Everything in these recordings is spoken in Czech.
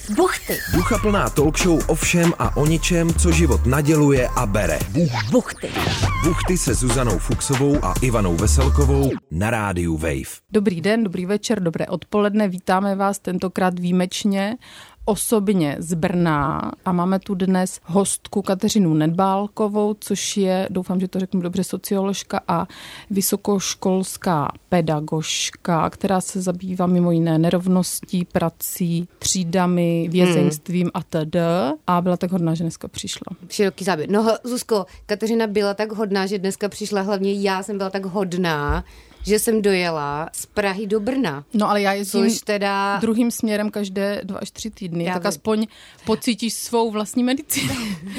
Buchty. Duchaplná talk show o všem a o ničem, co život naděluje a bere. Buchty. Buchty se Zuzanou Fuchsovou a Ivanou Veselkovou na rádiu Wave. Dobrý den, dobrý večer, dobré odpoledne. Vítáme vás tentokrát výjimečně osobně z Brna a máme tu dnes hostku Kateřinu Nedbálkovou, což je, doufám, že to řeknu dobře, socioložka a vysokoškolská pedagožka, která se zabývá mimo jiné nerovností, prací, třídami, vězeňstvím atd. A byla tak hodná, že dneska přišla. Široký záběr. No Zuzko, Kateřina byla tak hodná, že dneska přišla, hlavně já jsem byla tak hodná, že jsem dojela z Prahy do Brna. No ale já jezdím teda druhým směrem každé 2 až 3 týdny, tak aspoň pocítíš svou vlastní medicínu.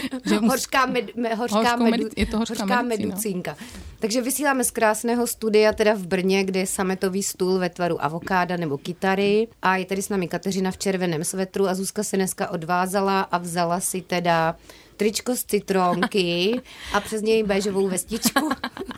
Hořká medicínka. Takže vysíláme z krásného studia teda v Brně, kde je sametový stůl ve tvaru avokáda nebo kytary a je tady s námi Kateřina v červeném svetru a Zuzka se dneska odvázala a vzala si teda tričko z citrónky a přes něj béžovou vestičku.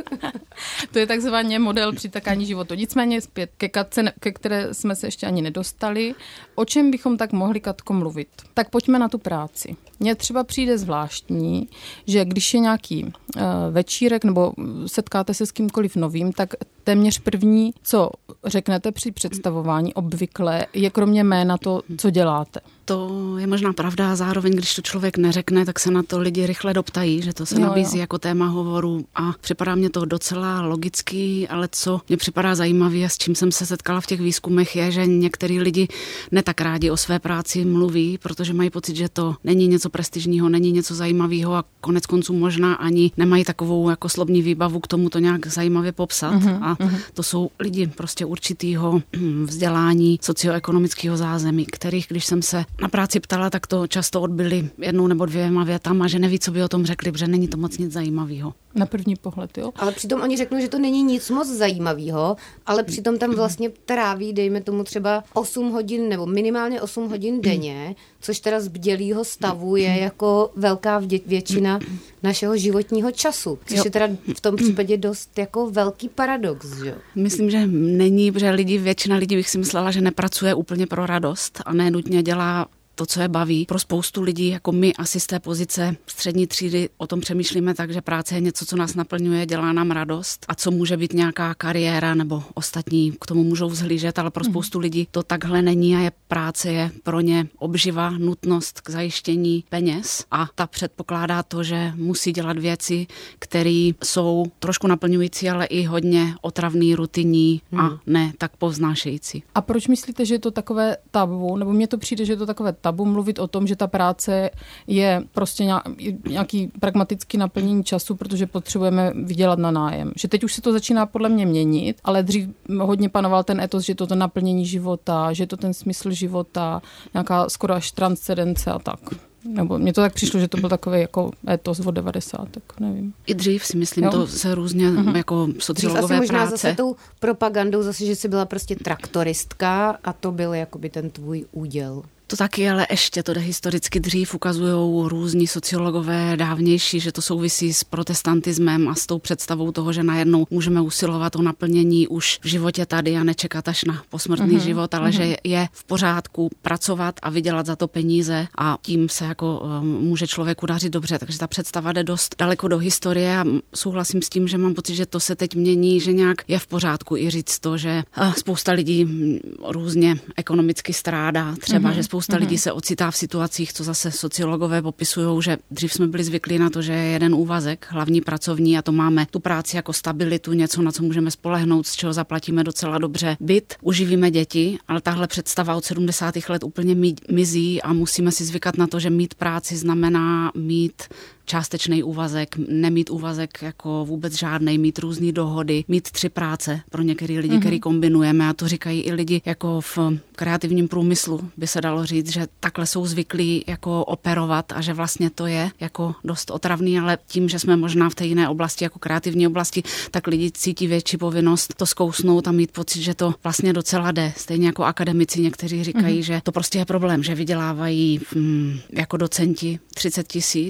To je takzvaně model přitakání životu. Nicméně zpět ke Katce, ke které jsme se ještě ani nedostali. O čem bychom tak mohli, Katko, mluvit? Tak pojďme na tu práci. Mně třeba přijde zvláštní, že když je nějaký večírek nebo setkáte se s kýmkoliv novým, tak téměř první, co řeknete při představování obvykle, je kromě jména to, co děláte. To je možná pravda a zároveň, když to člověk neřekne, tak se na to lidi rychle doptají, že to se nabízí jako téma hovoru a připadá mě to docela logický, ale co mě připadá zajímavé a s čím jsem se setkala v těch výzkumech je, že některý lidi ne tak rádi o své práci mluví, protože mají pocit, že to není něco prestižního, není něco zajímavého a konec konců možná ani nemají takovou jako slovní výbavu k tomu to nějak zajímavě popsat. To jsou lidi prostě určitýho vzdělání, socioekonomického zázemí, kterých, když jsem se na práci ptala, tak to často odbyli 1 nebo 2 větama a že neví, co by o tom řekli, protože není to moc nic zajímavého. Na první pohled, jo. Ale přitom oni řeknou, že to není nic moc zajímavého, ale přitom tam vlastně tráví, dejme tomu třeba 8 hodin nebo minimálně 8 hodin denně, což teda z bdělýho stavu je jako velká většina našeho životního času. Což je teda v tom případě dost jako velký paradox, že? Myslím, že není, protože většina lidí bych si myslela, že nepracuje úplně pro radost a ne nutně dělá to, co je baví. Pro spoustu lidí, jako my asi z té pozice střední třídy, o tom přemýšlíme tak, že práce je něco, co nás naplňuje, dělá nám radost a co může být nějaká kariéra nebo ostatní k tomu můžou vzhlížet, ale pro spoustu lidí to takhle není a práce je pro ně obživa, nutnost k zajištění peněz a ta předpokládá to, že musí dělat věci, které jsou trošku naplňující, ale i hodně otravný, rutinní a ne tak povznášející. A proč myslíte, že je to takové tabu? Nebo mně to přijde, že je to takové tabu mluvit o tom, že ta práce je prostě nějaký pragmatický naplnění času, protože potřebujeme vydělat na nájem. Že teď už se to začíná podle mě měnit, ale dřív hodně panoval ten etos, že to naplnění života, že to ten smysl života, nějaká skoro až transcendence a tak. Nebo mně to tak přišlo, že to byl takový jako etos od 90, tak nevím. I dřív si myslím, to se různě jako sociologové dřív asi možná práce. Zase tou propagandou zase, že jsi byla prostě traktoristka a to byl jakoby ten tvůj úděl. To taky, ale ještě to jde historicky dřív, ukazujou různí sociologové dávnější, že to souvisí s protestantismem a s tou představou toho, že najednou můžeme usilovat o naplnění už v životě tady a nečekat až na posmrtný život, ale že je v pořádku pracovat a vydělat za to peníze a tím se jako může člověku dařit dobře. Takže ta představa jde dost daleko do historie a souhlasím s tím, že mám pocit, že to se teď mění, že nějak je v pořádku i říct to, že spousta lidí různě ekonomicky strádá, třeba, že spousta lidí se ocitá v situacích, co zase sociologové popisují, že dřív jsme byli zvyklí na to, že je jeden úvazek, hlavní pracovní a to máme tu práci jako stabilitu, něco, na co můžeme spolehnout, z čeho zaplatíme docela dobře byt, uživíme děti, ale tahle představa od 70. let úplně mizí a musíme si zvykat na to, že mít práci znamená mít částečný úvazek, nemít úvazek jako vůbec žádnej, mít různý dohody, mít 3 práce pro některý lidi, který kombinujeme a to říkají i lidi jako v kreativním průmyslu, by se dalo říct, že takhle jsou zvyklí jako operovat a že vlastně to je jako dost otravný, ale tím, že jsme možná v té jiné oblasti, jako kreativní oblasti, tak lidi cítí větší povinnost to zkousnout a mít pocit, že to vlastně docela jde. Stejně jako akademici někteří říkají, že to prostě je problém, že vydělávají jako docenti 30 000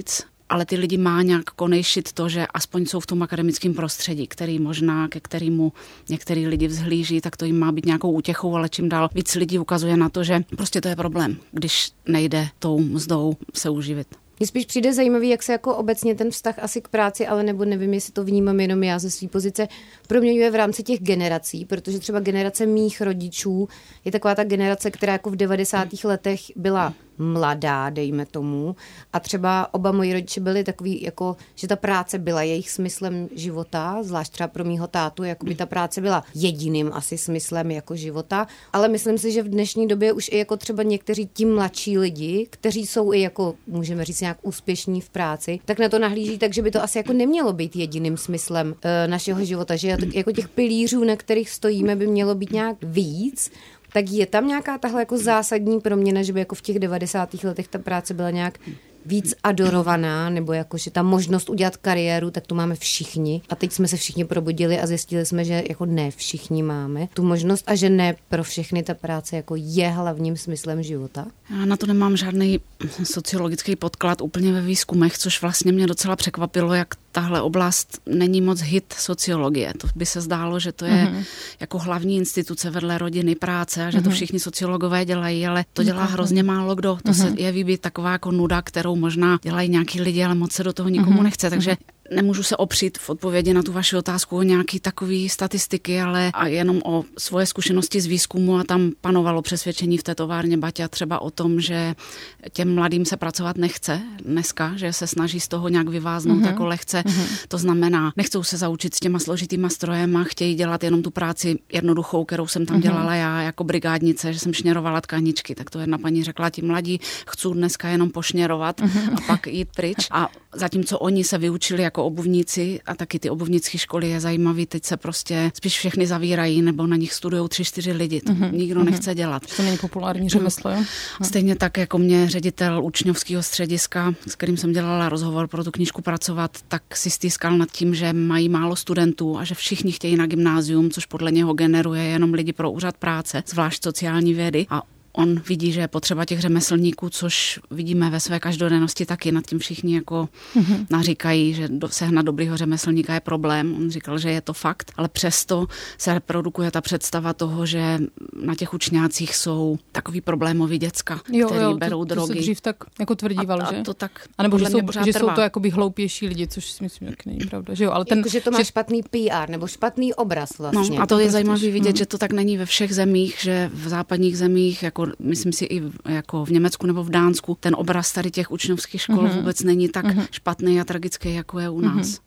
ale ty lidi má nějak konejšit to, že aspoň jsou v tom akademickém prostředí, který možná, ke kterému některý lidi vzhlíží, tak to jim má být nějakou útěchou, ale čím dál víc lidí ukazuje na to, že prostě to je problém, když nejde tou mzdou se uživit. Mně spíš přijde zajímavý, jak se jako obecně ten vztah asi k práci, ale nebo nevím, jestli to vnímám jenom já ze své pozice, proměňuje v rámci těch generací, protože třeba generace mých rodičů je taková ta generace, která jako v 90. letech byla mladá, dejme tomu, a třeba oba moji rodiče byli takový, jako, že ta práce byla jejich smyslem života, zvlášť třeba pro mýho tátu, jako by ta práce byla jediným asi smyslem jako života, ale myslím si, že v dnešní době už i jako třeba někteří ti mladší lidi, kteří jsou i jako, můžeme říct, nějak úspěšní v práci, tak na to nahlíží tak, že by to asi jako nemělo být jediným smyslem našeho života, že jako těch pilířů, na kterých stojíme, by mělo být nějak víc. Tak je tam nějaká tahle jako zásadní proměna, že by jako v těch 90. letech ta práce byla nějak víc adorovaná, nebo jako, že ta možnost udělat kariéru, tak to máme všichni. A teď jsme se všichni probudili a zjistili jsme, že jako ne všichni máme tu možnost a že ne pro všechny ta práce jako je hlavním smyslem života. Já na to nemám žádný sociologický podklad úplně ve výzkumech, což vlastně mě docela překvapilo, jak tahle oblast není moc hit sociologie. To by se zdálo, že to je jako hlavní instituce vedle rodiny, práce a že to všichni sociologové dělají, ale to dělá hrozně málo kdo. To se jeví být taková jako nuda, kterou možná dělají nějaký lidi, ale moc se do toho nikomu nechce, takže nemůžu se opřít v odpovědi na tu vaši otázku o nějaký takový statistiky, ale a jenom o svoje zkušenosti z výzkumu a tam panovalo přesvědčení v té továrně Baťa třeba o tom, že těm mladým se pracovat nechce dneska, že se snaží z toho nějak vyváznout jako lehce. To znamená, nechcou se zaučit s těma složitýma strojema, chtějí dělat jenom tu práci jednoduchou, kterou jsem tam dělala já jako brigádnice, že jsem šněrovala tkaničky. Tak to jedna paní řekla, ti mladí chci dneska jenom pošněrovat a pak jít pryč. A zatímco oni se vyučili jako obuvníci a taky ty obuvnické školy je zajímavý, teď se prostě spíš všechny zavírají nebo na nich studujou 3-4 lidi. To nikdo nechce dělat. To není populární řemeslo, jo? Stejně tak jako mě ředitel učňovského střediska, s kterým jsem dělala rozhovor pro tu knížku pracovat, tak si stýskal nad tím, že mají málo studentů a že všichni chtějí na gymnázium, což podle něho generuje jenom lidi pro úřad práce, zvlášť sociální vědy. A on vidí, že je potřeba těch řemeslníků, což vidíme ve své každodennosti taky. Nad tím všichni jako naříkají, že sehnat dobrýho řemeslníka je problém. On říkal, že je to fakt, ale přesto se reprodukuje ta představa toho, že na těch učňácích jsou takový problémový děcka, který berou drogy. To se dřív tak jako tvrdíval, že? A to tak a nebo že jsou to jakoby hloupější lidi, což si myslím, že není pravda. Že jo, ale ten, jako, že to má špatný PR nebo špatný obraz vlastně. No, a to je zajímavé vidět, že to tak není ve všech zemích, že v západních zemích, jako myslím si i jako v Německu nebo v Dánsku, ten obraz tady těch učňovských škol vůbec není tak špatný a tragický, jako je u nás.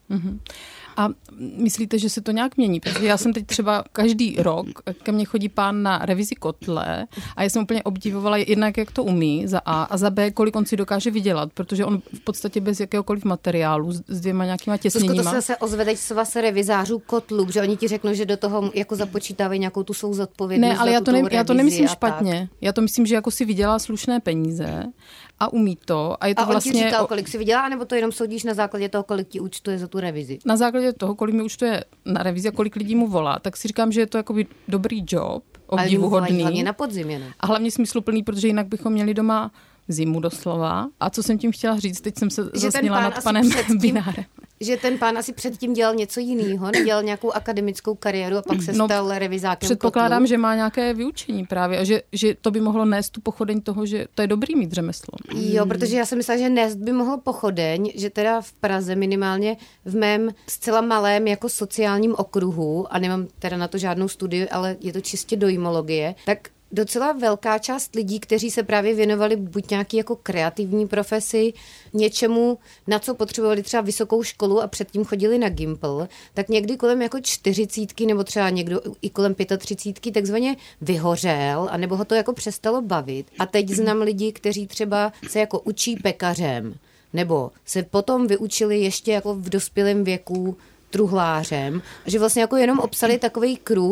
A myslíte, že se to nějak mění? Protože já jsem teď třeba každý rok, ke mně chodí pán na revizi kotle a já jsem úplně obdivovala jednak, jak to umí za A a za B, kolik on si dokáže vydělat, protože on v podstatě bez jakéhokoliv materiálu s dvěma nějakýma těsněníma. To se zase ozve svaz revizářů kotlu, protože oni ti řeknou, že do toho jako započítávají nějakou tu svou zodpovědnost. Ne, ale já to nemyslím špatně. Já to myslím, že jako si vydělá slušné peníze a umí to. A je to a on vlastně ti říkal, kolik si vydělá, nebo to jenom soudíš na základě toho, kolik ti účtuje za tu revizi? Na základě toho, kolik mi účtuje na revizi a kolik lidí mu volá, tak si říkám, že je to jakoby dobrý job, obdivuhodný. Hlavně na podzimě, ne? A hlavně smysluplný, protože jinak bychom měli doma zimu doslova. A co jsem tím chtěla říct, teď jsem se zasněla nad panem Binárem. Že ten pán asi předtím dělal něco jiného, nedělal nějakou akademickou kariéru a pak se stal revizákem předpokládám, kotlu. že má nějaké vyučení právě a že to by mohlo nést tu pochodeň toho, že to je dobrý mít řemeslo. Jo, protože já jsem myslela, že nést by mohlo pochodeň, že teda v Praze minimálně v mém zcela malém jako sociálním okruhu, a nemám teda na to žádnou studii, ale je to čistě dojmologie, tak docela velká část lidí, kteří se právě věnovali buď nějaký jako kreativní profesi, něčemu, na co potřebovali třeba vysokou školu a předtím chodili na Gimpl, tak někdy kolem jako 40 nebo třeba někdo i kolem 35 takzvaně vyhořel a nebo ho to jako přestalo bavit. A teď znám lidi, kteří třeba se jako učí pekařem nebo se potom vyučili ještě jako v dospělém věku truhlářem, že vlastně jako jenom obsali takovej kruh,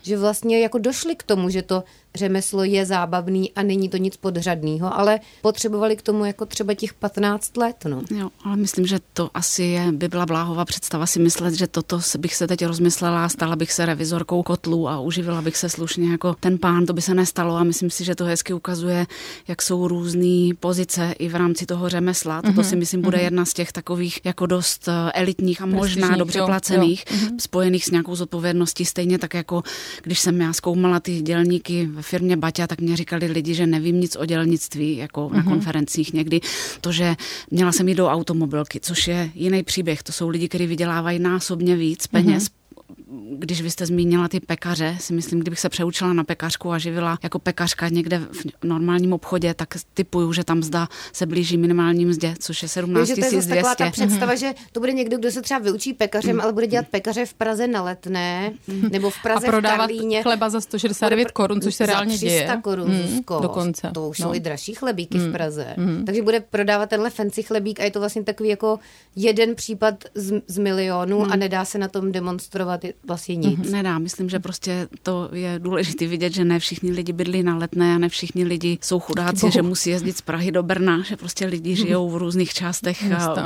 že vlastně jako došli k tomu, že to řemeslo je zábavný a není to nic podřadného, ale potřebovali k tomu jako třeba těch 15 let. No. Jo, ale myslím, že to asi by byla bláhová představa si myslet, že toto bych se teď rozmyslela a stala bych se revizorkou kotlů a uživila bych se slušně jako ten pán, to by se nestalo a myslím si, že to hezky ukazuje, jak jsou různý pozice i v rámci toho řemesla. Toto si myslím bude jedna z těch takových jako dost elitních a možná dobře placených, spojených s nějakou zodpovědností, stejně tak jako když jsem já zkoumala ty dělníky ve firmě Baťa, tak mě říkali lidi, že nevím nic o dělnictví, jako na konferencích někdy. To, že měla jsem jít do automobilky, což je jiný příběh. To jsou lidi, kteří vydělávají násobně víc peněz. Když vy jste zmínila ty pekaře, si myslím, kdybych se přeučila na pekařku a živila jako pekařka někde v normálním obchodě, tak tipuju, že tam mzda se blíží minimální mzdě, což je 17 200. To je taková ta představa, že to bude někdo, kdo se třeba vyučí pekařem, ale bude dělat pekaře v Praze na Letné, nebo v Praze a prodávat v Karlíně. Chleba za 169 korun, což se reálně děje. 300 korun, Zuzko. Dokonce. To už jsou i dražší chlebíky v Praze. Takže bude prodávat tenhle fancy chlebík a je to vlastně takový jako jeden případ z milionu a nedá se na tom demonstrovat vlastně nic. Nedá, myslím, že prostě to je důležité vidět, že ne všichni lidi bydlí na Letné a ne všichni lidi jsou chudáci, že musí jezdit z Prahy do Brna, že prostě lidi žijou v různých částech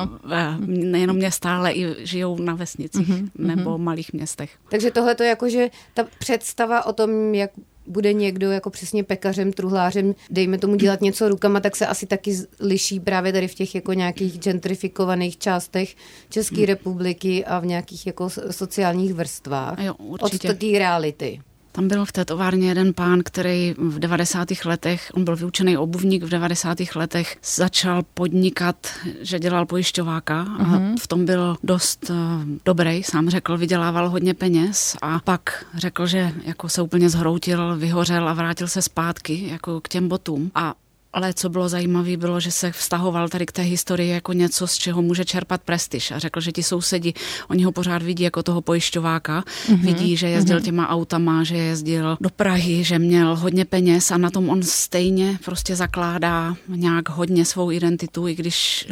nejenom města, ale i žijou na vesnicích nebo malých městech. Takže tohle to jako, že ta představa o tom, jak bude někdo jako přesně pekařem, truhlářem, dejme tomu dělat něco rukama, tak se asi taky liší právě tady v těch jako nějakých gentrifikovaných částech České republiky a v nějakých jako sociálních vrstvách. Jo, určitě. Od té reality. Tam byl v té továrně jeden pán, který v 90. letech, on byl vyučený obuvník, v 90. letech začal podnikat, že dělal pojišťováka a v tom byl dost dobrý, sám řekl, vydělával hodně peněz a pak řekl, že jako se úplně zhroutil, vyhořel a vrátil se zpátky jako k těm botům. Ale co bylo zajímavé, bylo, že se vztahoval tady k té historii jako něco, z čeho může čerpat prestiž. A řekl, že ti sousedi, oni ho pořád vidí jako toho pojišťováka. Vidí, že jezdil těma autama, že jezdil do Prahy, že měl hodně peněz a na tom on stejně prostě zakládá nějak hodně svou identitu, i když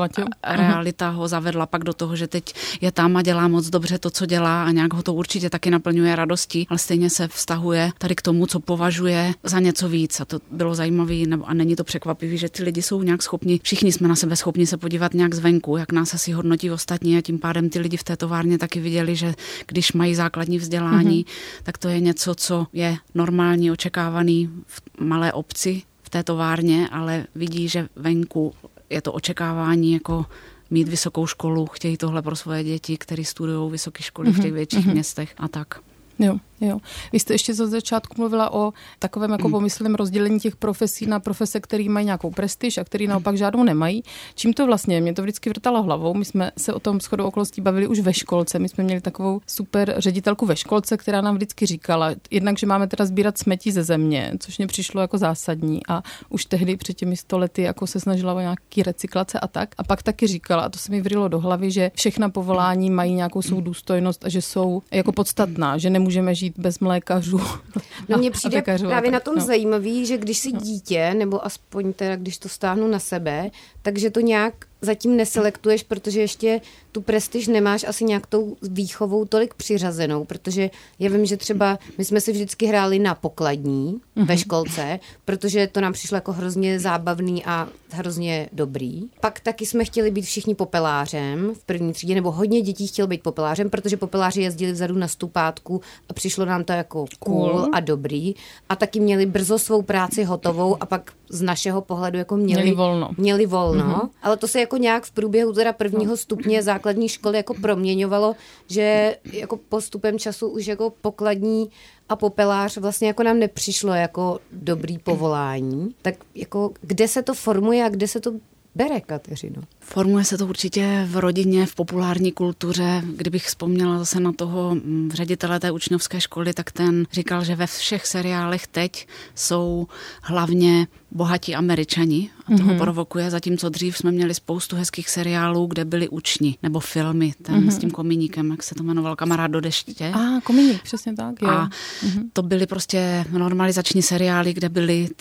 realita ho zavedla pak do toho, že teď je tam a dělá moc dobře to, co dělá a nějak ho to určitě taky naplňuje radostí, ale stejně se vztahuje tady k tomu, co považuje za něco víc. A to bylo zajímavé, a není to překvapivý, že ty lidi jsou nějak schopni, všichni jsme na sebe schopni se podívat nějak zvenku, jak nás asi hodnotí ostatní a tím pádem ty lidi v té továrně taky viděli, že když mají základní vzdělání, tak to je něco, co je normální, očekávaný v malé obci v té továrně, ale vidí, že venku je to očekávání jako mít vysokou školu, chtějí tohle pro svoje děti, které studují vysoké školy v těch větších městech a tak. Jo. Vy jste ještě za začátku mluvila o takovém jako pomyslném rozdělení těch profesí na profese, které mají nějakou prestiž a které naopak žádnou nemají. Čím to vlastně? Mě to vždycky vrtalo hlavou. My jsme se o tom shodou okolností bavili už ve školce. My jsme měli takovou super ředitelku ve školce, která nám vždycky říkala, jednak, že máme teda sbírat smetí ze země, což mě přišlo jako zásadní a už tehdy před těmi 100 lety jako se snažila o nějaký recyklace a tak. A pak taky říkala, a to se mi vrylo do hlavy, že všechna povolání mají nějakou svou důstojnost a že jsou jako podstatná, že nemůžeme žít bez mlékařů. No mně přijde právě na tom zajímavý, že když si dítě, nebo aspoň teda, když to stáhnu na sebe, takže to nějak zatím neselektuješ, protože ještě tu prestiž nemáš asi nějak tou výchovou tolik přiřazenou, protože já vím, že třeba my jsme si vždycky hráli na pokladní ve školce, protože to nám přišlo jako hrozně zábavný a hrozně dobrý. Pak taky jsme chtěli být všichni popelářem v první třídě, nebo hodně dětí chtělo být popelářem, protože popeláři jezdili vzadu na stupátku a přišlo nám to jako cool a dobrý. A taky měli brzo svou práci hotovou a pak z našeho pohledu jako měli volno. Ale to se jako nějak v průběhu teda prvního stupně základní školy jako proměňovalo, že jako postupem času už jako pokladní a popelář vlastně jako nám nepřišlo jako dobrý povolání. Tak jako kde se to formuje a kde se to bere, Kateřino? Formuje se to určitě v rodině, v populární kultuře. Kdybych vzpomněla zase na toho ředitele té učňovské školy, tak ten říkal, že ve všech seriálech teď jsou hlavně bohatí Američani a toho provokuje, zatímco dřív jsme měli spoustu hezkých seriálů, kde byli učni, nebo filmy, ten s tím Komíníkem, jak se to jmenoval, Kamarád do deště. Komíník, přesně tak. Jo. A to byly prostě normalizační seriály, kde byly ty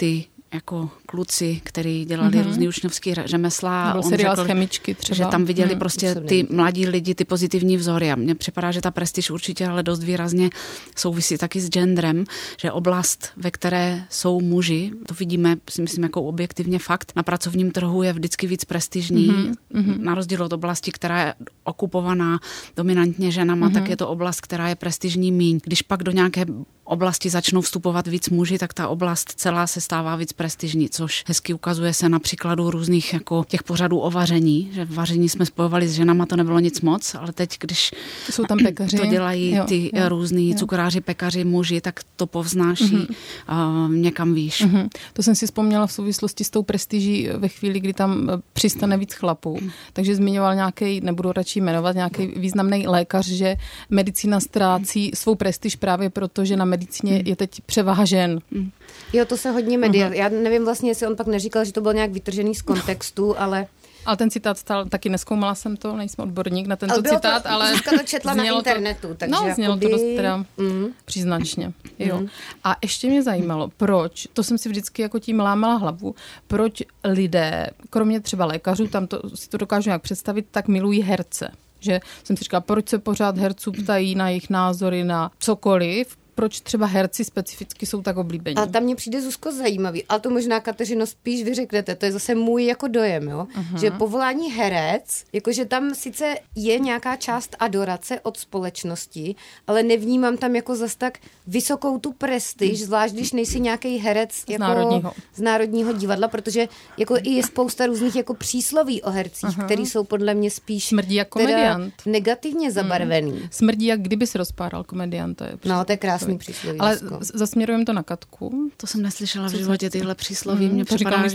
jako kluci, kteří dělali různý učňovský řemesla. Byl seriál z chemičky třeba. Že tam viděli prostě ty mladí lidi, ty pozitivní vzory. A mně připadá, že ta prestiž určitě ale dost výrazně souvisí taky s genderem, že oblast, ve které jsou muži, to vidíme, si myslím, jako objektivně fakt, na pracovním trhu je vždycky víc prestižní. Na rozdíl od oblasti, která je okupovaná dominantně ženama, tak je to oblast, která je prestižní míň. Když pak do nějaké oblasti začnou vstupovat víc muži, tak ta oblast celá se stává víc prestižní, což hezky ukazuje se na příkladu různých jako těch pořadů o vaření, že vaření jsme spojovali s ženama, to nebylo nic moc, ale teď, když jsou tam pekaři, to dělají ty různý cukráři, pekaři, muži, tak to povznáší někam výš. To jsem si vzpomněla v souvislosti s tou prestiží ve chvíli, kdy tam přistane víc chlapů. Takže zmiňoval nějaký, nebudu radši jmenovat, nějaký významný lékař, že medicína ztrácí svou prestiž právě proto, že na medicíně je teď převaha žen. Jo, to se hodně já nevím vlastně, jestli on pak neříkal, že to byl nějak vytržený z kontextu, ale ten citát stál, taky nezkoumala jsem to, nejsem odborník na tento citát, ale to četla na internetu. Takže znělo to dost teda příznačně. Jo. A ještě mě zajímalo, proč, to jsem si vždycky jako tím lámala hlavu, proč lidé, kromě třeba lékařů, tam si to dokážu nějak představit, tak milují herce. Že jsem si říkala, proč se pořád herců ptají na jejich názory na cokoliv, proč třeba herci specificky jsou tak oblíbení. A tam mně přijde, Zuzko, zajímavý. A to možná, Kateřino, spíš vy řeknete. To je zase můj jako dojem, jo? Že povolání herec, jakože tam sice je nějaká část adorace od společnosti, ale nevnímám tam jako zas tak vysokou tu prestiž, zvlášť když nejsi nějaký herec jako z Národního divadla, protože jako i je spousta různých jako přísloví o hercích, který jsou podle mě spíš smrdí jak komediant. Negativně zabarvený. Smrdí, jak kdyby si rozpáral komedianta. No, to je krásný přísloví. Ale zasměrujeme to na Katku. To jsem neslyšela v životě, tyhle přísloví. Mně připadá,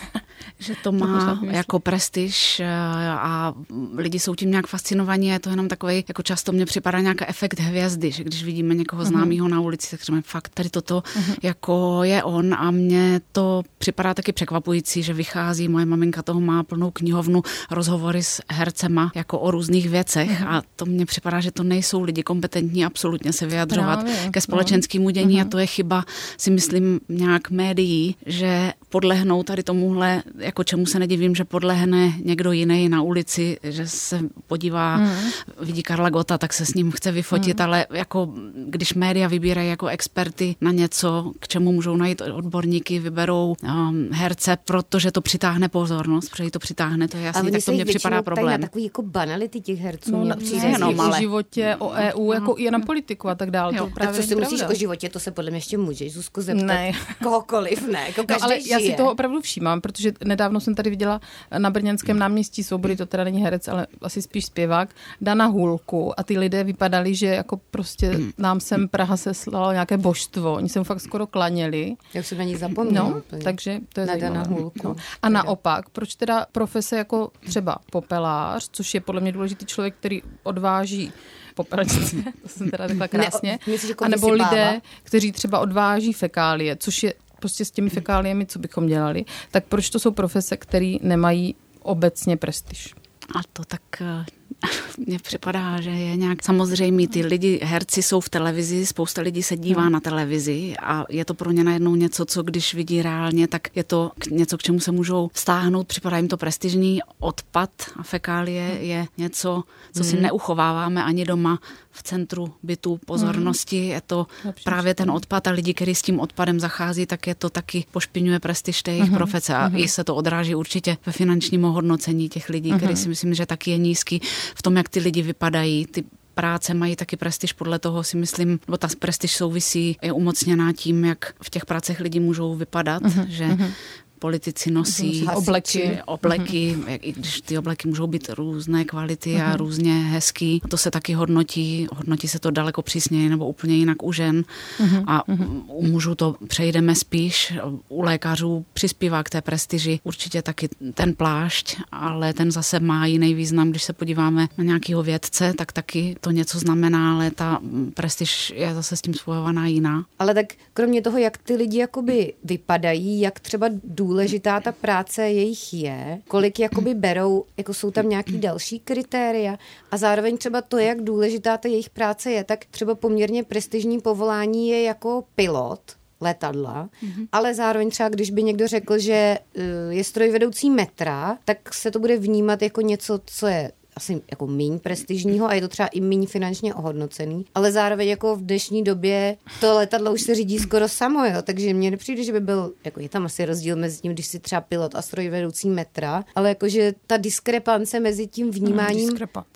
že to má jako prestiž a lidi jsou tím nějak fascinovaní. Je to jenom takovej, jako často mně připadá nějaký efekt hvězdy, že když vidíme někoho známého na ulici, tak říkáme, fakt tady toto jako je on a mně to připadá taky překvapující, že vychází, moje maminka toho má plnou knihovnu, rozhovory s hercema jako o různých věcech a to mně připadá, že to nejsou lidi kompetentní absolutně se vyjadřovat ke společenskému dění a to je chyba, si myslím, nějak médií, že podlehnou tady tomuhle, jako čemu se nedivím, že podlehne někdo jiný na ulici, že se podívá, vidí Karla Gotta, tak se s ním chce vyfotit, ale jako když média vybírají jako experty na něco, k čemu můžou najít odborníky, vyberou herce, protože to přitáhne pozornost, protože to přitáhne, to je jasný, tak to mně připadá problém. Na takový jako banality těch herců. O životě, o EU, jako i na politiku a tak dále. Tak co si myslíš o životě, to se podle mě ještě můžeš, Zuzko, zeptat kohokoliv, ne? Jako každý ale žije. Já si toho opravdu všímám, protože nedávno jsem tady viděla na brněnském náměstí Svobody, to teda není herec, ale asi spíš zpěvák, Dana Hůlku a ty lidé vypadali, že jako prostě nám sem Praha se slalo nějaké božstvo, oni se mu fakt skoro klaněli. Jak jsem na ní zapomněla. No, takže to je zajímavé. Dana Hůlku. No. A naopak, proč teda profese jako třeba popelář, což je podle mě důležitý člověk, který odváží popelnice, to jsem teda takhle krásně, a nebo lidé, kteří třeba odváží fekálie, což je prostě s těmi fekáliemi, co bychom dělali, tak proč to jsou profese, které nemají obecně prestiž? A to tak mně připadá, že je nějak samozřejmý. Ty lidi, herci jsou v televizi, spousta lidí se dívá na televizi a je to pro ně najednou něco, co když vidí reálně, tak je to něco, k čemu se můžou stáhnout, připadá jim to prestižní. Odpad a fekálie je něco, co si neuchováváme ani doma v centru bytu pozornosti. Je to právě ten odpad a lidi, kteří s tím odpadem zachází, tak je to taky pošpiňuje prestiž té jejich profese a i se to odráží určitě ve finančním ohodnocení těch lidí, který si myslím, že taky je nízký v tom, jak ty lidi vypadají, ty práce mají taky prestiž, podle toho si myslím, nebo ta prestiž souvisí, je umocněná tím, jak v těch pracech lidi můžou vypadat, že politici nosí obleky, i když ty obleky můžou být různé kvality a různě hezký. To se taky hodnotí se to daleko přísněji nebo úplně jinak u žen a u mužů to přejdeme spíš. U lékařů přispívá k té prestiži určitě taky ten plášť, ale ten zase má jiný význam, když se podíváme na nějakého vědce, tak taky to něco znamená, ale ta prestiž je zase s tím spojovaná jiná. Ale tak kromě toho, jak ty lidi jakoby vypadají, jak třeba důležitá ta práce jejich je, kolik jakoby berou, jako jsou tam nějaký další kritéria a zároveň třeba to, jak důležitá ta jejich práce je, tak třeba poměrně prestižní povolání je jako pilot, letadla, ale zároveň třeba, když by někdo řekl, že je strojvedoucí metra, tak se to bude vnímat jako něco, co je asi jako míň prestižního a je to třeba i míň finančně ohodnocený, ale zároveň jako v dnešní době to letadlo už se řídí skoro samo, jo, takže mně nepřijde, že by byl, jako je tam asi rozdíl mezi tím, když si třeba pilot a strojvedoucí metra, ale jakože ta diskrepance mezi tím vnímáním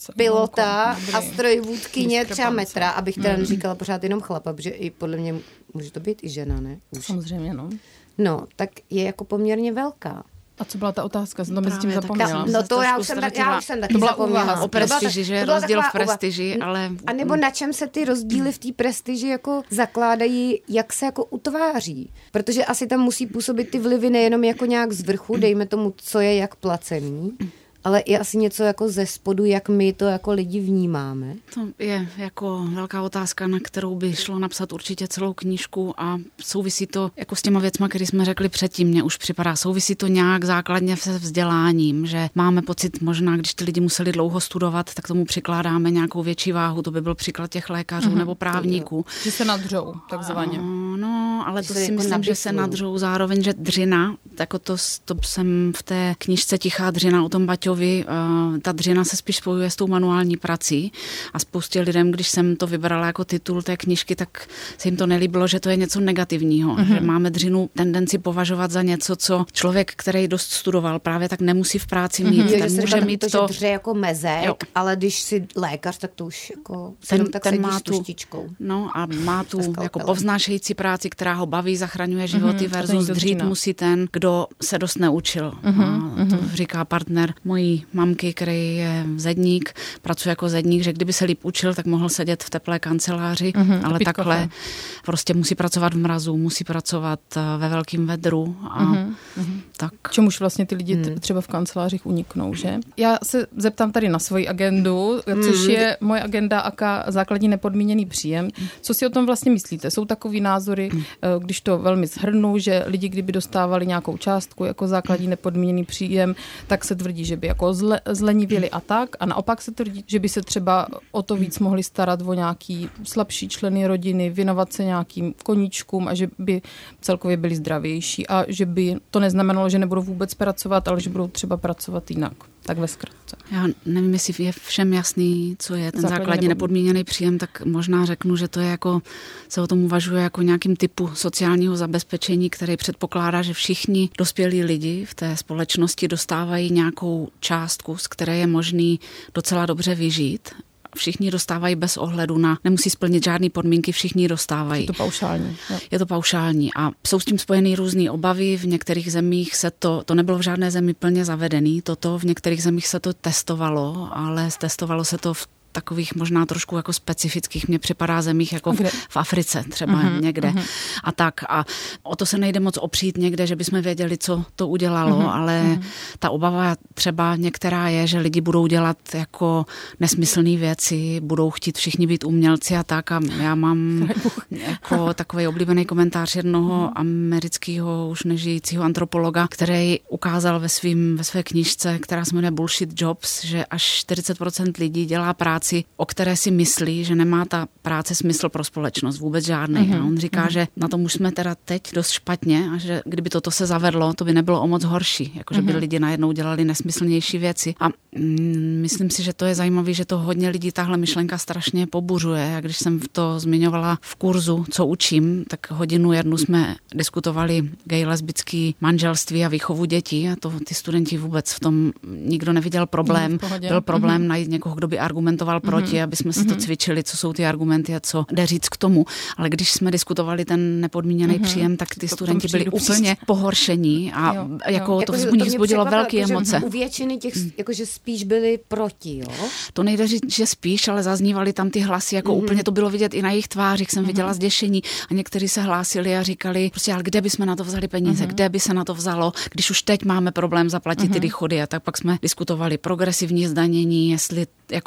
pilota a strojvůdkyně třeba metra, abych teda neříkala pořád jenom chlapa, protože i podle mě může to být i žena, ne? Už. Samozřejmě, no. No, tak je jako poměrně velká. A co byla ta otázka? Jsem to mezi tím zapomněla. No to já už jsem taky zapomněla. O prestiži, že je rozdíl v prestiži, ale... A nebo na čem se ty rozdíly v té prestiži jako zakládají, jak se jako utváří. Protože asi tam musí působit ty vlivy nejenom jako nějak z vrchu, dejme tomu, co je jak placený, ale i asi něco jako ze spodu, jak my to jako lidi vnímáme. To je jako velká otázka, na kterou by šlo napsat určitě celou knížku a souvisí to jako s těma věcma, které jsme řekli předtím, mně už připadá, souvisí to nějak základně se vzděláním, že máme pocit možná, když ty lidi museli dlouho studovat, tak tomu přikládáme nějakou větší váhu, to by byl příklad těch lékařů nebo právníků. Že se nadřou, takzvaně. No, ale to si myslím, že se nadřou zároveň, že dřina, jako to jsem v té knížce Tichá dřina o tom Baťovi, ta dřina se spíš spojuje s tou manuální prací a spoustě lidem, když jsem to vybrala jako titul té knížky, tak se jim to nelíbilo, že to je něco negativního, že máme dřinu tendenci považovat za něco, co člověk, který dost studoval, právě tak nemusí v práci mít. Ten může mít to, že dře jako mezek, jo. Ale když si lékař, tak to už jako ten má tu tuštičkou. No a má tu jako povznášející práci, která ho baví, zachraňuje životy versus dřít musí ten, kdo se dost neučil. To říká partner mojí mamky, který je zedník, pracuje jako zedník, že kdyby se líp učil, tak mohl sedět v teplé kanceláři, ale takhle prostě musí pracovat v mrazu, musí pracovat ve velkém vedru a tak. Čemuž vlastně ty lidi třeba v kancelářích uniknou, že? Já se zeptám tady na svoji agendu, což je moje agenda AKA základní nepodmíněný příjem. Co si o tom vlastně myslíte? Jsou takový názory, když to velmi shrnu, že lidi, kdyby dostávali nějakou částku jako základní nepodmíněný příjem, tak se tvrdí, že by jako zlenivěli a tak. A naopak se tvrdí, že by se třeba o to víc mohli starat o nějaký slabší členy rodiny, věnovat se nějakým koníčkům a že by celkově byli zdravější a že by to neznamenalo, že nebudou vůbec pracovat, ale že budou třeba pracovat jinak. Tak ve zkratce. Já nevím, jestli je všem jasný, co je ten základní nepodmíněný příjem, tak možná řeknu, že to je jako, se o tom uvažuje jako nějakým typu sociálního zabezpečení, který předpokládá, že všichni dospělí lidi v té společnosti dostávají nějakou částku, z které je možný docela dobře vyžít. Všichni dostávají bez ohledu na, nemusí splnit žádný podmínky, všichni dostávají. Je to paušální. Jo. Je to paušální a jsou s tím spojený různý obavy. V některých zemích se to nebylo v žádné zemi plně zavedený, v některých zemích se to testovalo, ale testovalo se to v takových možná trošku jako specifických, mně připadá zemích jako v Africe třeba někde a tak. A o to se nejde moc opřít někde, že bychom věděli, co to udělalo, ale ta obava třeba některá je, že lidi budou dělat jako nesmyslné věci, budou chtít všichni být umělci a tak. A já mám jako takový oblíbený komentář jednoho amerického už nežijícího antropologa, který ukázal ve své knížce, která se jmenuje Bullshit Jobs, že až 40% lidí dělá práci, o které si myslí, že nemá ta práce smysl pro společnost, vůbec žádný. A on říká, že na tom už jsme teda teď dost špatně a že kdyby toto se zavedlo, to by nebylo o moc horší, jakože by lidi najednou dělali nesmyslnější věci. A myslím si, že to je zajímavé, že to hodně lidí tahle myšlenka strašně pobuřuje. A když jsem to zmiňovala v kurzu, co učím, tak hodinu jednu jsme diskutovali gay lesbický manželství a výchovu dětí a to ty studenti vůbec v tom nikdo neviděl problém. Byl problém najít někoho, kdo by argumentoval proti, aby jsme si to cvičili, co jsou ty argumenty a co jde říct k tomu. Ale když jsme diskutovali ten nepodmíněný příjem, tak ty studenti byli úplně pohoršení a jako to v nich vzbudilo velké emoce. U většiny těch jakože spíš byli proti, jo? To nejde říct, že spíš, ale zaznívaly tam ty hlasy, jako úplně to bylo vidět i na jejich tvářích, jsem viděla zděšení a někteří se hlásili a říkali, prostě ale kde bychom na to vzali peníze, kde by se na to vzalo, když už teď máme problém zaplatit ty důchody a tak pak jsme diskutovali progresivní zdanění, jestli jako kolik si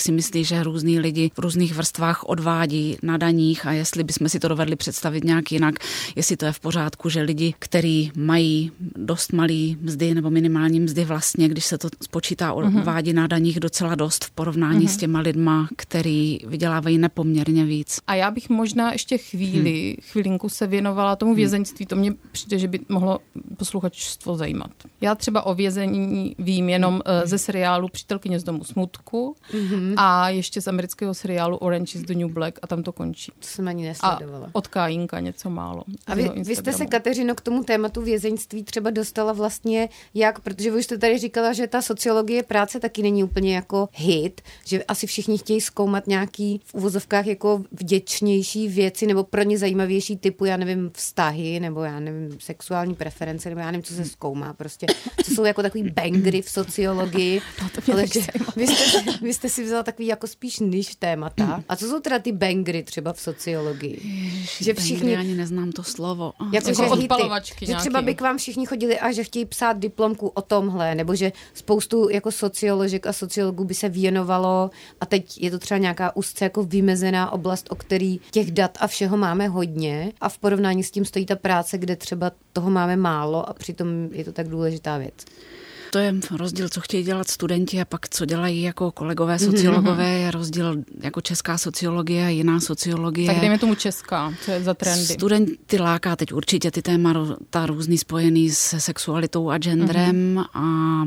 si myslí, že různý lidi v různých vrstvách odvádí na daních a jestli bychom si to dovedli představit nějak jinak, jestli to je v pořádku, že lidi, kteří mají dost malý mzdy nebo minimální mzdy vlastně, když se to spočítá, odvádí na daních docela dost v porovnání s těma lidma, který vydělávají nepoměrně víc. A já bych možná ještě chvilinku se věnovala tomu vězeňství. To mně přijde, že by mohlo posluchačstvo zajímat. Já třeba o vězení vím jenom ze seriálu Přítelkyně z domu smutku a ještě z amerického seriálu Orange is the New Black a tam to končí. To jsem ani nesledovala. A od Kajínka něco málo. A vy jste se, Kateřino, k tomu tématu vězeňství třeba dostala vlastně jak, protože vy jste tady říkala, že ta sociologie práce taky není úplně jako hit, že asi všichni chtějí zkoumat nějaký v uvozovkách jako vděčnější věci nebo pro ně zajímavější typu, já nevím, vztahy nebo já nevím, sexuální preference nebo já nevím, co se zkoumá prostě, co jsou jako takový bangry v sociologii. Ale vy jste si vzala takový jako spíš niž témata. A co jsou teda ty bangry třeba v sociologii? Ježiši, že všichni... Já ani neznám to slovo. Jako odpalovačky že třeba by k vám všichni chodili a že chtějí psát diplomku o tomhle, nebo že spoustu jako socioložek a sociologů by se věnovalo a teď je to třeba nějaká úzce jako vymezená oblast, o který těch dat a všeho máme hodně a v porovnání s tím stojí ta práce, kde třeba toho máme málo a přitom je to tak důležitá věc. To je rozdíl, co chtějí dělat studenti a pak co dělají jako kolegové sociologové, je rozdíl jako česká sociologie a jiná sociologie. Tak dejme tomu česká, co je za trendy. Studenty láká teď určitě ty témata různý spojený se sexualitou a genderem a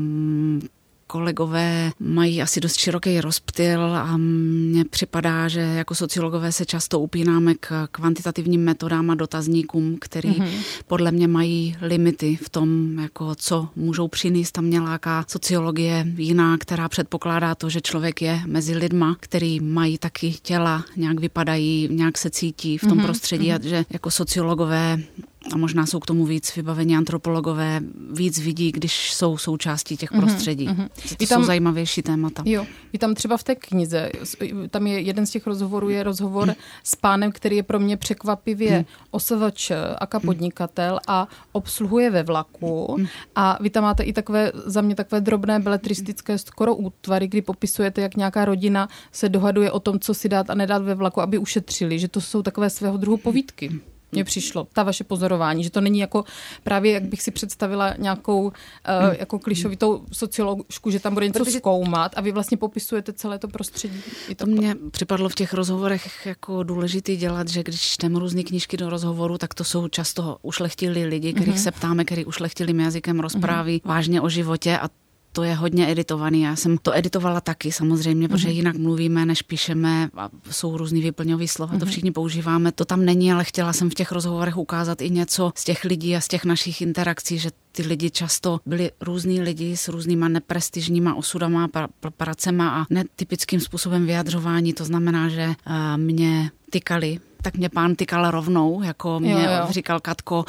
kolegové mají asi dost široký rozptyl a mně připadá, že jako sociologové se často upínáme k kvantitativním metodám a dotazníkům, který podle mě mají limity v tom, jako co můžou přinést. Tam mě láká sociologie jiná, která předpokládá to, že člověk je mezi lidma, který mají taky těla, nějak vypadají, nějak se cítí v tom prostředí a že jako sociologové a možná jsou k tomu víc vybavení antropologové, víc vidí, když jsou součástí těch prostředí. To jsou zajímavější témata. Jo, i tam třeba v té knize, tam je jeden z těch rozhovorů, je rozhovor s pánem, který je pro mě překvapivě OSVČ, aka podnikatel a obsluhuje ve vlaku. A vy tam máte i takové, za mě takové drobné beletristické skoro útvary, kdy popisujete, jak nějaká rodina se dohaduje o tom, co si dát a nedat ve vlaku, aby ušetřili, že to jsou takové svého druhu povídky. Mně přišlo, ta vaše pozorování, že to není jako právě, jak bych si představila nějakou jako klišovitou socioložku, že tam bude něco zkoumat a vy vlastně popisujete celé to prostředí. To mně připadlo v těch rozhovorech jako důležitý dělat, že když čteme různé knížky do rozhovoru, tak to jsou často ušlechtili lidi, kterých se ptáme, který ušlechtilým jazykem rozpráví vážně o životě a to je hodně editovaný. Já jsem to editovala taky samozřejmě, protože jinak mluvíme, než píšeme a jsou různý vyplňový slova, to všichni používáme. To tam není, ale chtěla jsem v těch rozhovorech ukázat i něco z těch lidí a z těch našich interakcí, že ty lidi často byli různý lidi s různýma neprestižníma osudama, pracema a netypickým způsobem vyjadřování. To znamená, že mě tykali. Tak mě pán tykal rovnou, jako mě říkal Katko,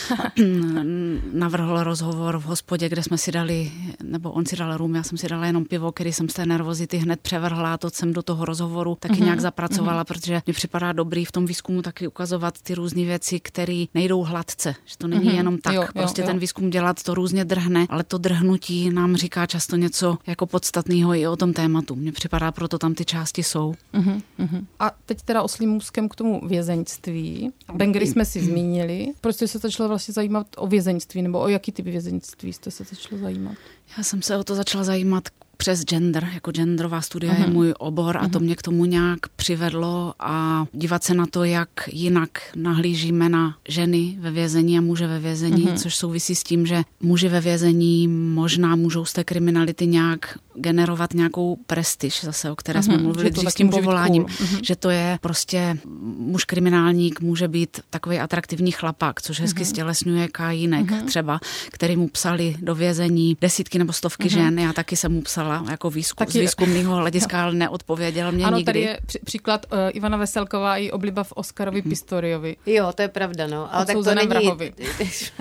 navrhl rozhovor v hospodě, kde jsme si dali, nebo on si dal rum, já jsem si dala jenom pivo, který jsem z té nervozity hned převrhla a to jsem do toho rozhovoru taky nějak zapracovala, protože mi připadá dobrý v tom výzkumu taky ukazovat ty různé věci, které nejdou hladce, že to není jenom tak, ten výzkum dělat to různě drhne, ale to drhnutí nám říká často něco jako podstatného i o tom tématu. Mně připadá, proto tam ty části jsou. A teď teda oslím můstkem k tomu vězeňství. Bangry jsme si zmínili. Proč jste se začala vlastně zajímat o vězeňství, nebo o jaký typ vězeňství jste se začala zajímat? Já jsem se o to začala zajímat přes gender, jako genderová studia je můj obor a to mě k tomu nějak přivedlo a dívat se na to, jak jinak nahlížíme na ženy ve vězení a muže ve vězení, což souvisí s tím, že muži ve vězení možná můžou z té kriminality nějak generovat nějakou prestiž zase, o které jsme mluvili dřív s tím povoláním, že to je prostě muž kriminálník může být takový atraktivní chlapák, což hezky stělesňuje Kajínek třeba, který mu psali do vězení desítky nebo stovky žen, já taky jsem mu psala jako z výzkumného hlediska, ale neodpověděl mě nikdy. Tady je příklad Ivana Veselková i obliba v Oscarovi Pistoriovi. Jo, to je pravda, no. Ale tak to není...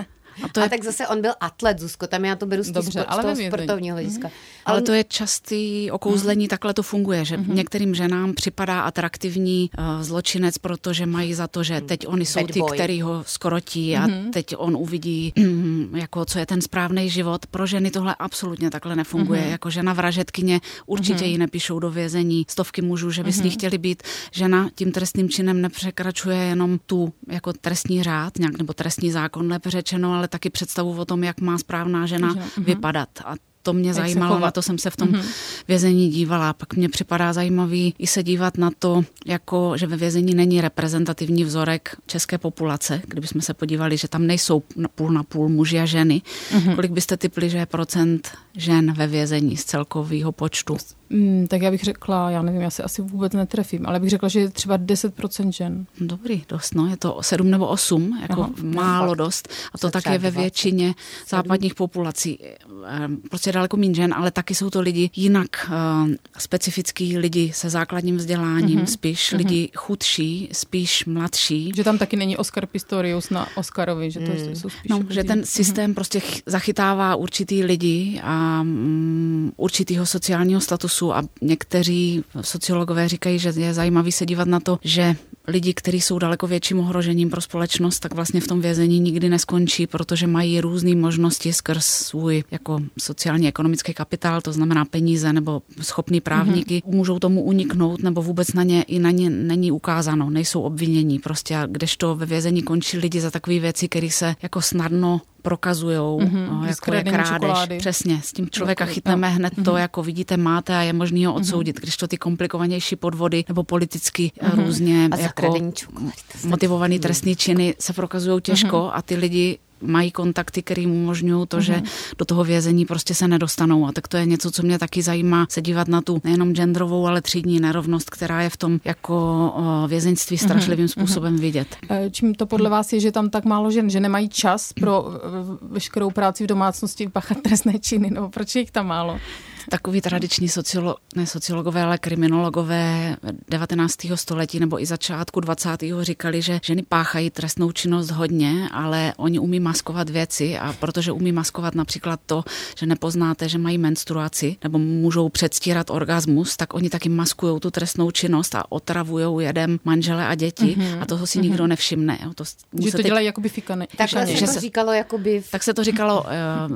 A tak zase on byl atlet, Zuzko, tam já to beru z toho sportovního hlediska. Ale to je častý okouzlení, takhle to funguje, že některým ženám připadá atraktivní zločinec, protože mají za to, že teď oni jsou ty, který ho skrotí a teď on uvidí, jako co je ten správný život. Pro ženy tohle absolutně takhle nefunguje. Jako žena vražedkyně určitě ji nepíšou do vězení stovky mužů, že by s ní chtěli být. Žena tím trestným činem nepřekračuje jenom tu jako trestní řád, nějak, nebo trestní zákon, lépe řečeno, ale taky představu o tom, jak má správná žena vypadat. A to mě zajímalo, na to jsem se v tom vězení dívala. Pak mě připadá zajímavý i se dívat na to, jako, že ve vězení není reprezentativní vzorek české populace. Kdybychom se podívali, že tam nejsou půl na půl muži a ženy. Kolik byste tipli, že je procent žen ve vězení z celkového počtu? Tak já bych řekla, já nevím, já se asi vůbec netrefím, ale bych řekla, že je třeba 10% žen. Dobrý, dost, no, je to 7 nebo 8, jako málo dost. A to tak je ve většině západních populací. Prostě daleko méně žen, ale taky jsou to lidi jinak specifický lidi se základním vzděláním, spíš lidi chudší, spíš mladší. Že tam taky není Oscar Pistorius na Oscarovi, že to jsou spíš... No, že ten systém prostě zachytává určitý lidi a určitýho sociálního statusu a někteří sociologové říkají, že je zajímavý se dívat na to, že lidi, kteří jsou daleko větším ohrožením pro společnost, tak vlastně v tom vězení nikdy neskončí, protože mají různé možnosti skrz svůj jako sociálně ekonomický kapitál, to znamená peníze nebo schopný právníky, můžou tomu uniknout nebo vůbec na ně není ukázáno, nejsou obvinění. Prostě kdežto ve vězení končí lidi za takové věci, které se jako snadno prokazujou, jako je krádež. Čokolády. Přesně, s tím člověka chytneme hned to, jako vidíte, máte a je možný ho odsoudit. Když to ty komplikovanější podvody nebo politicky různě jako motivovaný trestný činy se prokazují těžko a ty lidi mají kontakty, které mu umožňují to, že do toho vězení prostě se nedostanou. A tak to je něco, co mě taky zajímá, se dívat na tu nejenom genderovou, ale třídní nerovnost, která je v tom jako vězeňství strašlivým způsobem vidět. Čím to podle vás je, že tam tak málo žen, že nemají čas pro veškerou práci v domácnosti páchat trestné činy, nebo proč je jich tam málo? Takový tradiční sociologové, ale kriminologové 19. století nebo i začátku 20. říkali, že ženy páchají trestnou činnost hodně, ale oni umí maskovat věci a protože umí maskovat například to, že nepoznáte, že mají menstruaci nebo můžou předstírat orgasmus, tak oni taky maskujou tu trestnou činnost a otravujou jedem manžele a děti a toho si nikdo nevšimne. Že to dělají jakoby fikané. Tak se říkalo jakoby... Tak se to říkalo,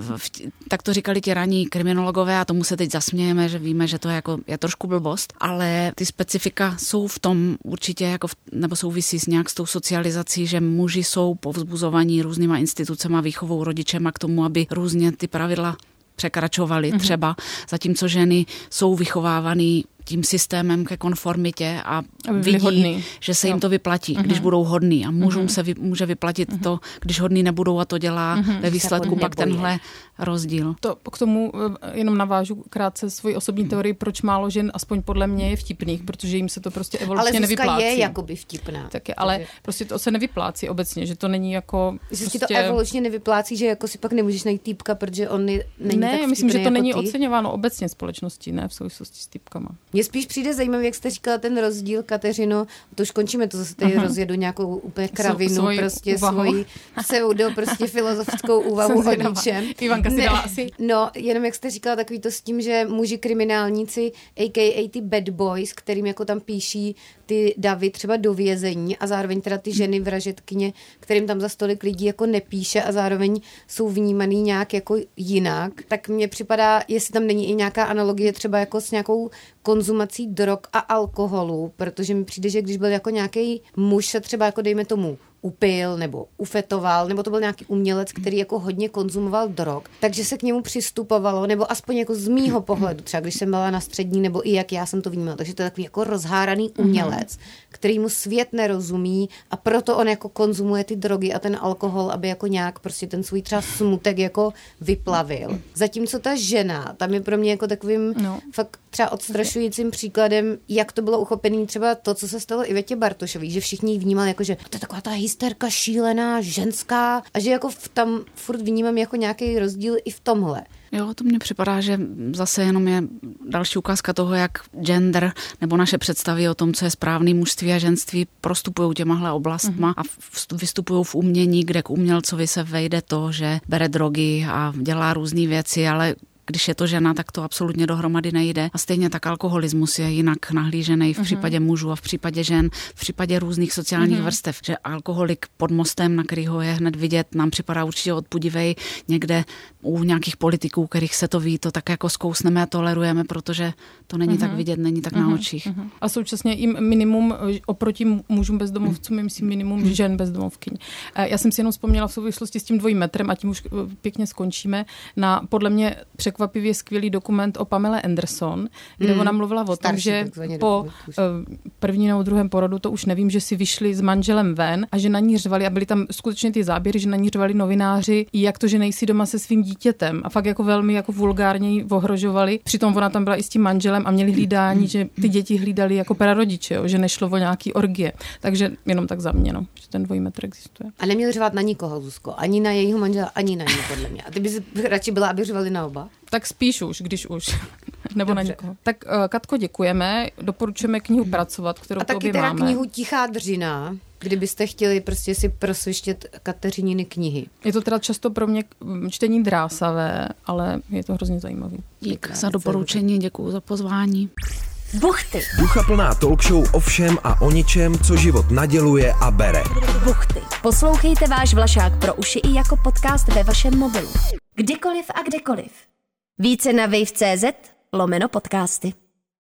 tak to říkali ti raní kriminologové a tomu se teď zasmějeme, že víme, že to je trošku blbost, ale ty specifika jsou v tom určitě jako nebo souvisí s tou socializací, že muži jsou povzbuzovaní různýma institucema, výchovou, rodičema k tomu, aby různě ty pravidla překračovali třeba, zatímco ženy jsou vychovávaný tím systémem ke konformitě a vidí, že se jim to vyplatí, když budou hodný a mužům se může vyplatit to, když hodný nebudou a to dělá ve výsledku pak tenhle rozdíl. To k tomu jenom navážu krátce svoji osobní teorii, proč málo žen, aspoň podle mě, je vtipných, protože jim se to prostě evolučně nevyplácí. Ale je jakoby vtipná. Tak je, ale prostě to se nevyplácí obecně, že to není jako... Že ti to evolučně nevyplácí, že jako si pak nemůžeš najít týpka, protože on není tak myslím, že to jako není oceňováno obecně společností, ne v souvislosti s týpkama. Mně spíš přijde zajímavý, jak jste říkala ten rozdíl, Kateřino, to už končíme, to zase tady rozjedu nějakou úplně kravinu, prostě svoji pseudo, prostě filozofickou úvahu o ničem. Ivanka si dala asi. No, jenom jak jste říkala, takový to s tím, že muži kriminálníci, a.k.a. ty bad boys, kterým jako tam píší ty davy třeba do vězení a zároveň teda ty ženy vražedkyně, kterým tam za stolik lidí jako nepíše a zároveň jsou vnímaný nějak jako jinak, tak mně připadá, jestli tam není i nějaká analogie třeba jako s nějakou konzumací drog a alkoholu, protože mi přijde, že když byl jako nějaký muž se třeba jako dejme tomu upil nebo ufetoval, nebo to byl nějaký umělec, který jako hodně konzumoval drog, takže se k němu přistupovalo, nebo aspoň jako z mýho pohledu, třeba když jsem byla na střední, nebo i jak já jsem to vnímala, takže to je takový jako rozháraný umělec, který mu svět nerozumí a proto on jako konzumuje ty drogy a ten alkohol, aby jako nějak prostě ten svůj třeba smutek jako vyplavil. Zatímco ta žena, tam je pro mě jako takovým fakt třeba odstrašujícím příkladem, jak to bylo uchopený třeba to, co se stalo Ivetě Bartošový, že všichni ji vnímali jako, že to je taková ta hysterka, šílená, ženská a že jako tam furt vnímám jako nějaký rozdíl i v tomhle. Jo, to mně připadá, že zase jenom je další ukázka toho, jak gender nebo naše představy o tom, co je správný mužství a ženství, prostupují těmahle oblastma a vystupují v umění, kde k umělcovi se vejde to, že bere drogy a dělá různé věci, ale když je to žena, tak to absolutně dohromady nejde. A stejně tak alkoholismus je jinak nahlížený v případě mužů a v případě žen, v případě různých sociálních vrstev. Že alkoholik pod mostem, na kterýho je hned vidět, nám připadá určitě odpudivej. Někde u nějakých politiků, kterých se to ví, to tak jako zkousneme a tolerujeme, protože to není tak vidět, není tak na očích. A současně i minimum oproti mužům bezdomovcům, myslím minimum žen bezdomovkyň. Já jsem si jenom vzpomněla v souvislosti s tím 2 metrem a tím už pěkně skončíme na podle mě překvapivě skvělý dokument o Pamele Anderson, kde ona mluvila o tom, že po první nebo druhém porodu, to už nevím, že si vyšli s manželem ven a že na ní řvali, a byly tam skutečně ty záběry, že na ní řvali novináři, jak to, že nejsi doma se svým dítětem, a fakt jako velmi jako vulgárně ji ohrožovali. Přitom ona tam byla i s tím manželem a měli hlídání, že ty děti hlídali jako prarodiče, jo, že nešlo o nějaký orgie. Takže jenom tak za mě, no, že ten 2 metr existuje. A neměl řvat na nikoho, Zuzko, ani na jejího manžela, ani na ní, podle mě. A ty bys radši byla, aby řvali na oba? Tak spíš už, když už. Nebo dobře. Na někoho. Tak Katko, děkujeme. Doporučujeme knihu pracovat, kterou to obě máme. A taky teda knihu Tichá dřina, kdybyste chtěli prostě si prosvištět Kateřininy knihy. Je to teda často pro mě čtení drásavé, ale je to hrozně zajímavý. Dík za doporučení, děkuju za pozvání. Buchty. Duchaplná talk show o všem a o ničem, co život naděluje a bere. Buchty. Poslouchejte váš Vlašák pro uši i jako podcast ve vašem mobilu. Kdykoliv a kdekoliv. Více na wave.cz/podcasty.